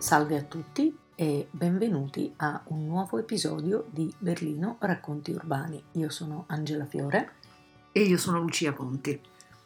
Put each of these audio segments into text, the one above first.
Salve a tutti e benvenuti a un nuovo episodio di Berlino Racconti Urbani. Io sono Angela Fiore. E io sono Lucia Conti.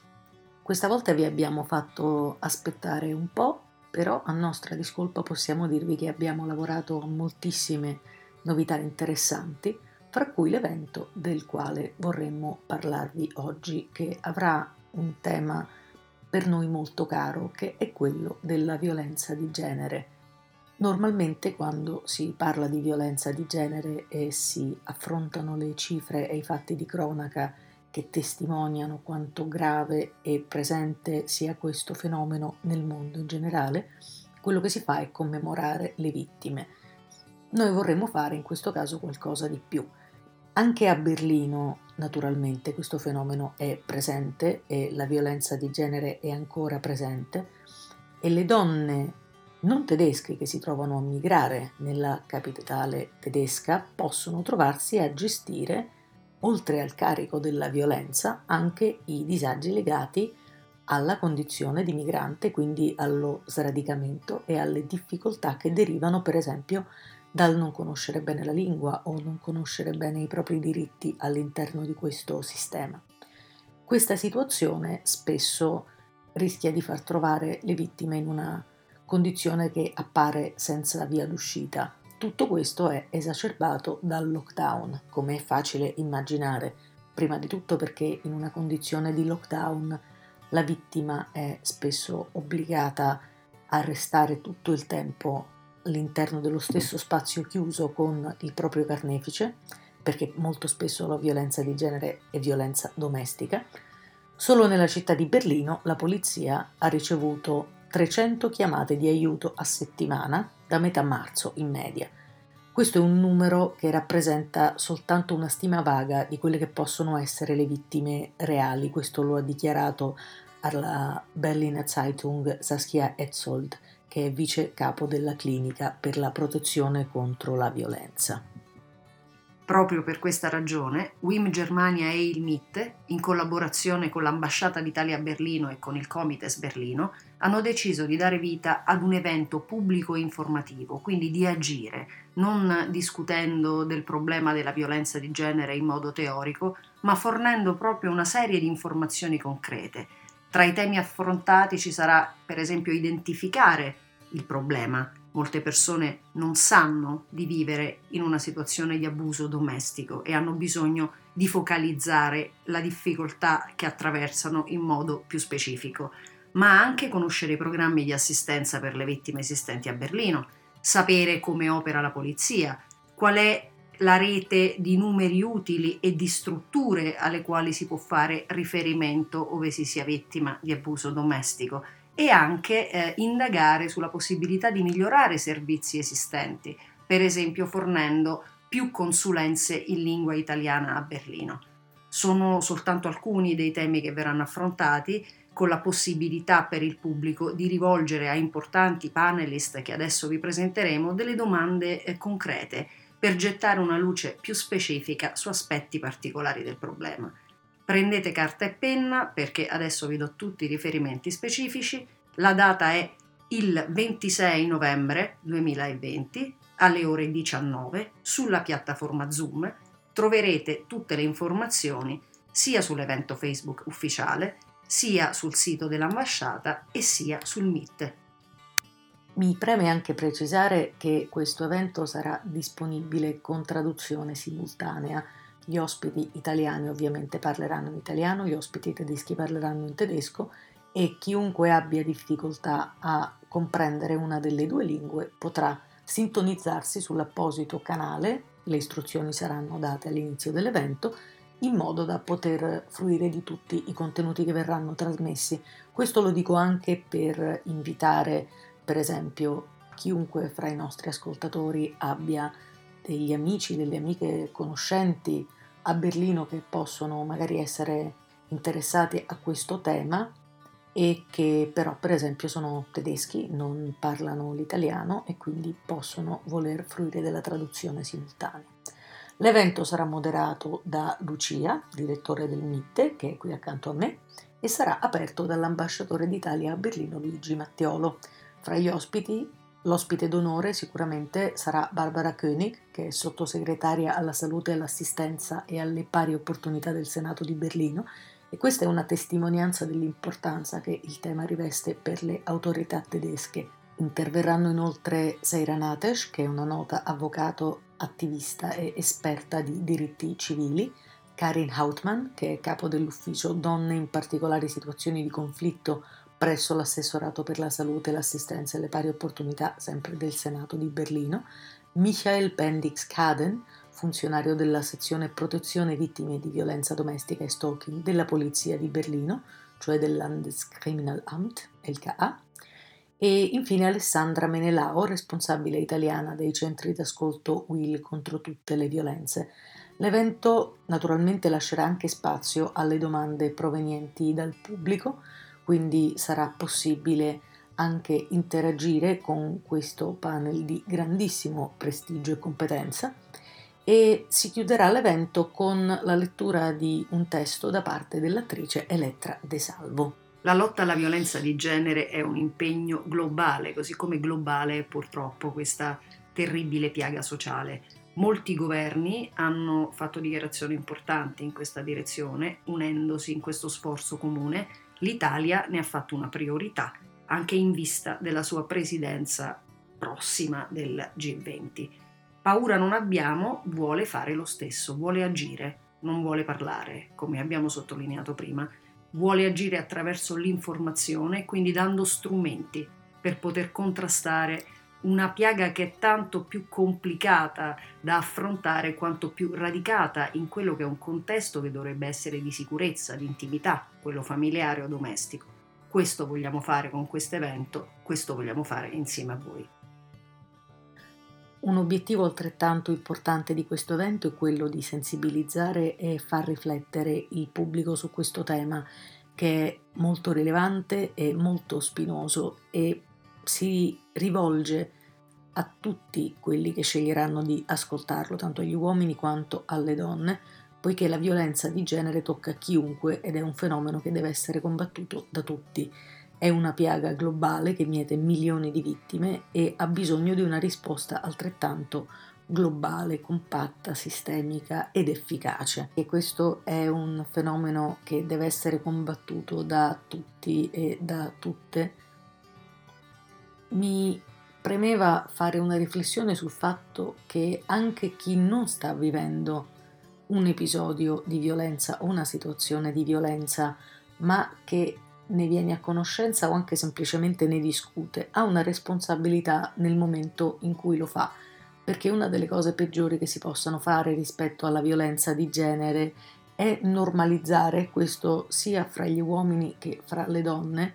Questa volta vi abbiamo fatto aspettare un po', però a nostra discolpa possiamo dirvi che abbiamo lavorato a moltissime novità interessanti, fra cui l'evento del quale vorremmo parlarvi oggi, che avrà un tema per noi molto caro, che è quello della violenza di genere. Normalmente quando si parla di violenza di genere e si affrontano le cifre e i fatti di cronaca che testimoniano quanto grave e presente sia questo fenomeno nel mondo in generale, quello che si fa è commemorare le vittime. Noi vorremmo fare in questo caso qualcosa di più. Anche a Berlino, naturalmente, questo fenomeno è presente e la violenza di genere è ancora presente e le donne non tedesche che si trovano a migrare nella capitale tedesca possono trovarsi a gestire, oltre al carico della violenza, anche i disagi legati alla condizione di migrante, quindi allo sradicamento e alle difficoltà che derivano, per esempio, dal non conoscere bene la lingua o non conoscere bene i propri diritti all'interno di questo sistema. Questa situazione spesso rischia di far trovare le vittime in una condizione che appare senza via d'uscita. Tutto questo è esacerbato dal lockdown, come è facile immaginare, prima di tutto perché in una condizione di lockdown la vittima è spesso obbligata a restare tutto il tempo all'interno dello stesso spazio chiuso con il proprio carnefice, perché molto spesso la violenza di genere è violenza domestica. Solo nella città di Berlino la polizia ha ricevuto 300 chiamate di aiuto a settimana da metà marzo in media. Questo è un numero che rappresenta soltanto una stima vaga di quelle che possono essere le vittime reali. Questo lo ha dichiarato alla Berliner Zeitung Saskia Etzold, che è vice capo della clinica per la protezione contro la violenza. Proprio per questa ragione, WIM Germania e il MIT, in collaborazione con l'Ambasciata d'Italia a Berlino e con il Comites Berlino, hanno deciso di dare vita ad un evento pubblico e informativo, quindi di agire, non discutendo del problema della violenza di genere in modo teorico, ma fornendo proprio una serie di informazioni concrete. Tra i temi affrontati ci sarà, per esempio, identificare il problema. Molte persone non sanno di vivere in una situazione di abuso domestico e hanno bisogno di focalizzare la difficoltà che attraversano in modo più specifico, ma anche conoscere i programmi di assistenza per le vittime esistenti a Berlino, sapere come opera la polizia, qual è la rete di numeri utili e di strutture alle quali si può fare riferimento ove si sia vittima di abuso domestico e anche indagare sulla possibilità di migliorare i servizi esistenti, per esempio fornendo più consulenze in lingua italiana a Berlino. Sono soltanto alcuni dei temi che verranno affrontati, con la possibilità per il pubblico di rivolgere a importanti panelist che adesso vi presenteremo delle domande concrete per gettare una luce più specifica su aspetti particolari del problema. Prendete carta e penna perché adesso vi do tutti i riferimenti specifici. La data è il 26 novembre 2020 alle ore 19 sulla piattaforma Zoom. Troverete tutte le informazioni sia sull'evento Facebook ufficiale, sia sul sito dell'ambasciata e sia sul Meet. Mi preme anche precisare che questo evento sarà disponibile con traduzione simultanea. Gli ospiti italiani ovviamente parleranno in italiano, gli ospiti tedeschi parleranno in tedesco e chiunque abbia difficoltà a comprendere una delle due lingue potrà sintonizzarsi sull'apposito canale, le istruzioni saranno date all'inizio dell'evento, in modo da poter fruire di tutti i contenuti che verranno trasmessi. Questo lo dico anche per invitare, per esempio, chiunque fra i nostri ascoltatori abbia degli amici, delle amiche conoscenti a Berlino che possono magari essere interessati a questo tema e che però per esempio sono tedeschi, non parlano l'italiano e quindi possono voler fruire della traduzione simultanea. L'evento sarà moderato da Lucia, direttore del MIT, che è qui accanto a me, e sarà aperto dall'ambasciatore d'Italia a Berlino Luigi Mattiolo. Fra gli ospiti L'ospite d'onore sicuramente sarà Barbara König, che è sottosegretaria alla salute, all'assistenza e alle pari opportunità del Senato di Berlino, e questa è una testimonianza dell'importanza che il tema riveste per le autorità tedesche. Interverranno inoltre Seira Natesh, che è una nota avvocato, attivista e esperta di diritti civili, Karin Hautmann, che è capo dell'ufficio Donne in particolari situazioni di conflitto presso l'Assessorato per la Salute, l'Assistenza e le Pari Opportunità, sempre del Senato di Berlino, Michael Bendix-Kaden, funzionario della sezione Protezione Vittime di Violenza Domestica e Stalking della Polizia di Berlino, cioè del Landeskriminalamt, LKA, e infine Alessandra Menelao, responsabile italiana dei centri d'ascolto WIL contro tutte le violenze. L'evento naturalmente lascerà anche spazio alle domande provenienti dal pubblico, quindi sarà possibile anche interagire con questo panel di grandissimo prestigio e competenza, e si chiuderà l'evento con la lettura di un testo da parte dell'attrice Elettra De Salvo. La lotta alla violenza di genere è un impegno globale, così come globale è purtroppo questa terribile piaga sociale. Molti governi hanno fatto dichiarazioni importanti in questa direzione, unendosi in questo sforzo comune. L'Italia ne ha fatto una priorità, anche in vista della sua presidenza prossima del G20. Paura non abbiamo, vuole fare lo stesso, vuole agire, non vuole parlare, come abbiamo sottolineato prima. Vuole agire attraverso l'informazione, quindi dando strumenti per poter contrastare una piaga che è tanto più complicata da affrontare quanto più radicata in quello che è un contesto che dovrebbe essere di sicurezza, di intimità, quello familiare o domestico. Questo vogliamo fare con questo evento, questo vogliamo fare insieme a voi. Un obiettivo altrettanto importante di questo evento è quello di sensibilizzare e far riflettere il pubblico su questo tema, che è molto rilevante e molto spinoso e si rivolge a tutti quelli che sceglieranno di ascoltarlo, tanto agli uomini quanto alle donne, poiché la violenza di genere tocca chiunque ed è un fenomeno che deve essere combattuto da tutti. È una piaga globale che miete milioni di vittime e ha bisogno di una risposta altrettanto globale, compatta, sistemica ed efficace. E questo è un fenomeno che deve essere combattuto da tutti e da tutte. Mi premeva fare una riflessione sul fatto che anche chi non sta vivendo un episodio di violenza o una situazione di violenza, ma che ne viene a conoscenza o anche semplicemente ne discute, ha una responsabilità nel momento in cui lo fa, perché una delle cose peggiori che si possano fare rispetto alla violenza di genere è normalizzare questo sia fra gli uomini che fra le donne,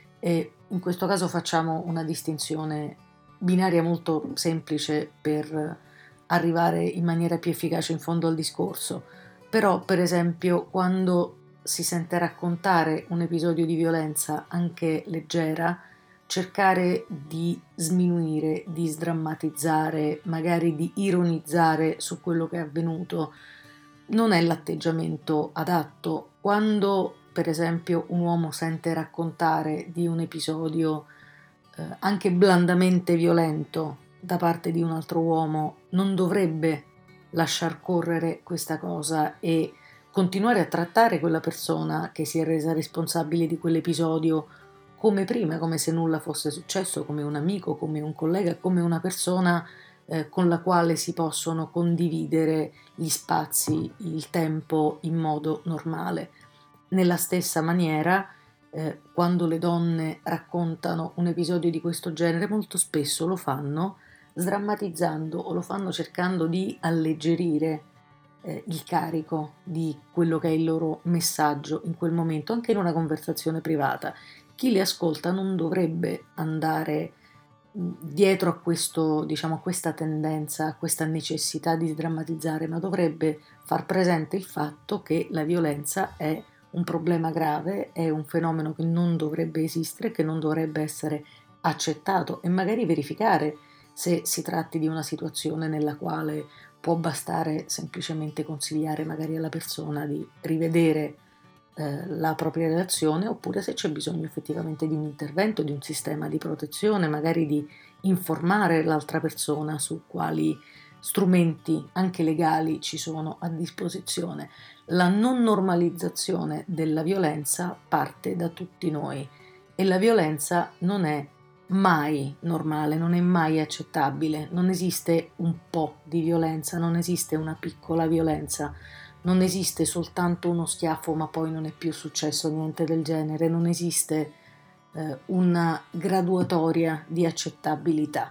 e in questo caso facciamo una distinzione binaria molto semplice per arrivare in maniera più efficace in fondo al discorso. Però, per esempio, quando si sente raccontare un episodio di violenza anche leggera, cercare di sminuire, di sdrammatizzare, magari di ironizzare su quello che è avvenuto, non è l'atteggiamento adatto. Quando, per esempio, un uomo sente raccontare di un episodio anche blandamente violento da parte di un altro uomo, non dovrebbe lasciar correre questa cosa e continuare a trattare quella persona che si è resa responsabile di quell'episodio come prima, come se nulla fosse successo, come un amico, come un collega, come una persona con la quale si possono condividere gli spazi, il tempo in modo normale. Nella stessa maniera, quando le donne raccontano un episodio di questo genere, molto spesso lo fanno sdrammatizzando o lo fanno cercando di alleggerire il carico di quello che è il loro messaggio in quel momento, anche in una conversazione privata. Chi li ascolta non dovrebbe andare dietro a questo, diciamo, a questa tendenza, a questa necessità di sdrammatizzare, ma dovrebbe far presente il fatto che la violenza è un problema grave, è un fenomeno che non dovrebbe esistere, che non dovrebbe essere accettato, e magari verificare se si tratti di una situazione nella quale può bastare semplicemente consigliare magari alla persona di rivedere la propria relazione, oppure se c'è bisogno effettivamente di un intervento, di un sistema di protezione, magari di informare l'altra persona su quali strumenti anche legali ci sono a disposizione. La non normalizzazione della violenza parte da tutti noi e la violenza non è mai normale, non è mai accettabile, non esiste un po' di violenza, non esiste una piccola violenza. Non esiste soltanto uno schiaffo, ma poi non è più successo niente del genere, non esiste una graduatoria di accettabilità.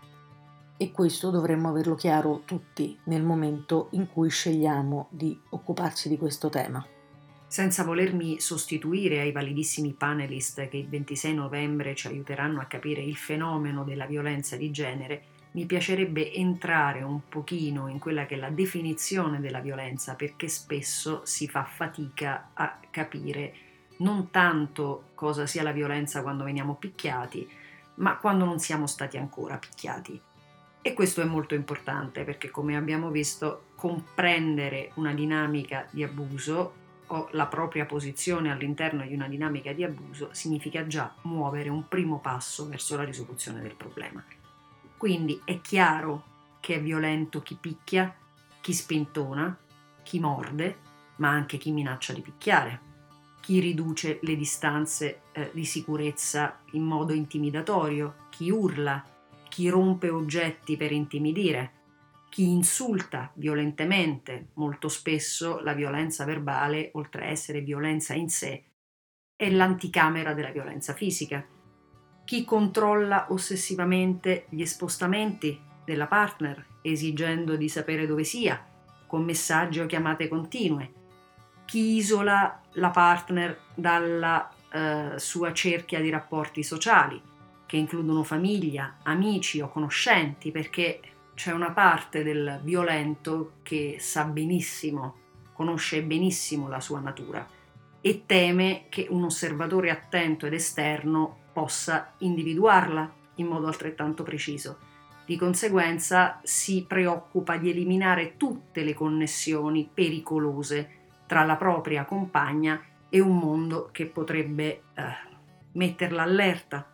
E questo dovremmo averlo chiaro tutti nel momento in cui scegliamo di occuparci di questo tema. Senza volermi sostituire ai validissimi panelist che il 26 novembre ci aiuteranno a capire il fenomeno della violenza di genere, mi piacerebbe entrare un pochino in quella che è la definizione della violenza, perché spesso si fa fatica a capire non tanto cosa sia la violenza quando veniamo picchiati, ma quando non siamo stati ancora picchiati. E questo è molto importante perché, come abbiamo visto, comprendere una dinamica di abuso o la propria posizione all'interno di una dinamica di abuso significa già muovere un primo passo verso la risoluzione del problema. Quindi è chiaro che è violento chi picchia, chi spintona, chi morde, ma anche chi minaccia di picchiare, chi riduce le distanze di sicurezza in modo intimidatorio, chi urla, chi rompe oggetti per intimidire, chi insulta violentemente. Molto spesso la violenza verbale, oltre a essere violenza in sé, è l'anticamera della violenza fisica. Chi controlla ossessivamente gli spostamenti della partner, esigendo di sapere dove sia, con messaggi o chiamate continue. Chi isola la partner dalla sua cerchia di rapporti sociali, che includono famiglia, amici o conoscenti, perché c'è una parte del violento che sa benissimo, conosce benissimo la sua natura e teme che un osservatore attento ed esterno possa individuarla in modo altrettanto preciso. Di conseguenza si preoccupa di eliminare tutte le connessioni pericolose tra la propria compagna e un mondo che potrebbe metterla allerta.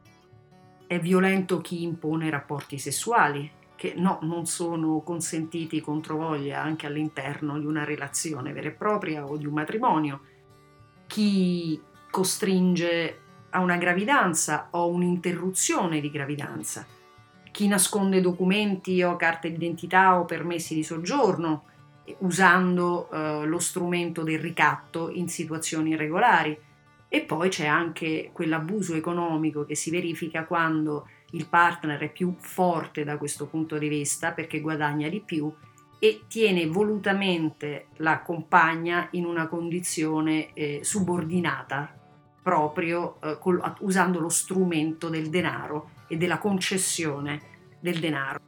È violento chi impone rapporti sessuali, che non sono consentiti controvoglia anche all'interno di una relazione vera e propria o di un matrimonio. Chi costringe a una gravidanza o un'interruzione di gravidanza. Chi nasconde documenti o carte d'identità o permessi di soggiorno, usando lo strumento del ricatto in situazioni irregolari. E poi c'è anche quell'abuso economico che si verifica quando il partner è più forte da questo punto di vista perché guadagna di più e tiene volutamente la compagna in una condizione subordinata proprio usando lo strumento del denaro e della concessione del denaro.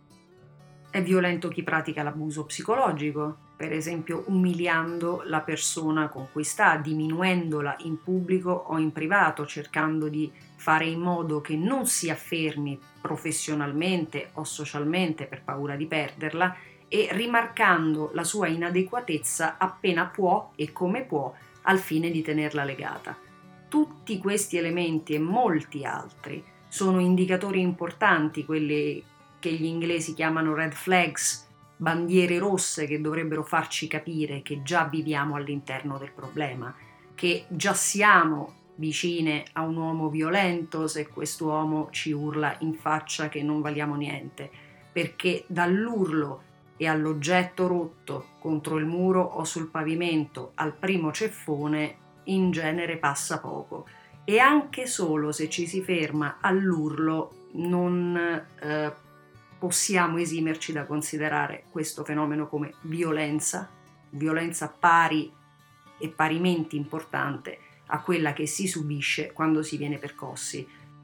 È violento chi pratica l'abuso psicologico, per esempio umiliando la persona con cui sta, diminuendola in pubblico o in privato, cercando di fare in modo che non si affermi professionalmente o socialmente per paura di perderla e rimarcando la sua inadeguatezza appena può e come può al fine di tenerla legata. Tutti questi elementi e molti altri sono indicatori importanti, quelli che gli inglesi chiamano red flags, bandiere rosse che dovrebbero farci capire che già viviamo all'interno del problema, che già siamo vicine a un uomo violento se quest'uomo ci urla in faccia che non valiamo niente, perché dall'urlo e all'oggetto rotto contro il muro o sul pavimento al primo ceffone in genere passa poco. E anche solo se ci si ferma all'urlo non possiamo esimerci da considerare questo fenomeno come violenza pari e parimenti importante a quella che si subisce quando si viene percossi.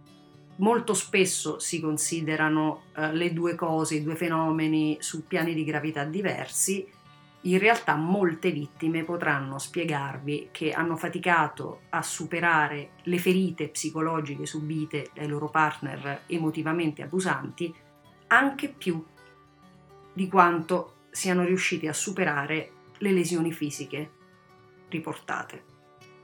Molto spesso si considerano le due cose, i due fenomeni su piani di gravità diversi. In realtà molte vittime potranno spiegarvi che hanno faticato a superare le ferite psicologiche subite dai loro partner emotivamente abusanti anche più di quanto siano riusciti a superare le lesioni fisiche riportate.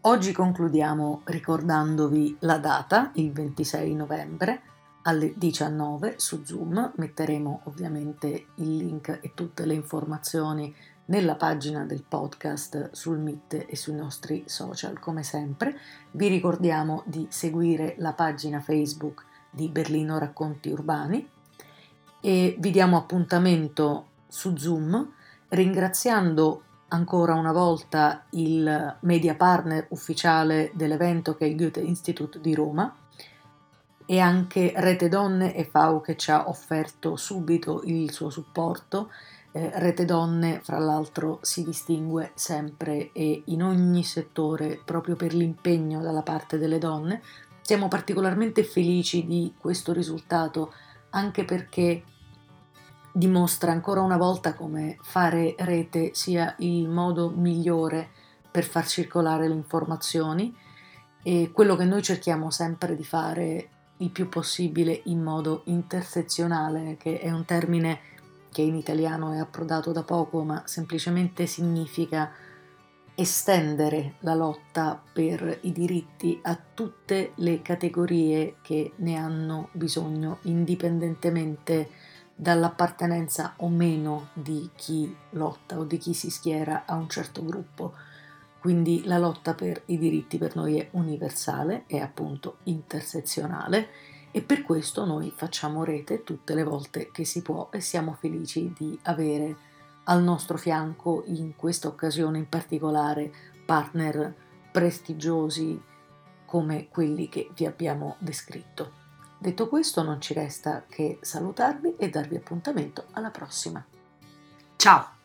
Oggi concludiamo ricordandovi la data, il 26 novembre alle 19 su Zoom. Metteremo ovviamente il link e tutte le informazioni nella pagina del podcast sul Meet e sui nostri social come sempre. Vi ricordiamo di seguire la pagina Facebook di Berlino Racconti Urbani e vi diamo appuntamento su Zoom ringraziando ancora una volta il media partner ufficiale dell'evento che è il Goethe Institut di Roma e anche Rete Donne e FAU che ci ha offerto subito il suo supporto. Rete Donne, fra l'altro, si distingue sempre e in ogni settore proprio per l'impegno dalla parte delle donne. Siamo particolarmente felici di questo risultato anche perché dimostra ancora una volta come fare rete sia il modo migliore per far circolare le informazioni e quello che noi cerchiamo sempre di fare il più possibile in modo intersezionale, che è un termine che in italiano è approdato da poco, ma semplicemente significa estendere la lotta per i diritti a tutte le categorie che ne hanno bisogno, indipendentemente dall'appartenenza o meno di chi lotta o di chi si schiera a un certo gruppo. Quindi la lotta per i diritti per noi è universale, è appunto intersezionale e per questo noi facciamo rete tutte le volte che si può e siamo felici di avere al nostro fianco in questa occasione in particolare partner prestigiosi come quelli che vi abbiamo descritto. Detto questo, non ci resta che salutarvi e darvi appuntamento alla prossima. Ciao!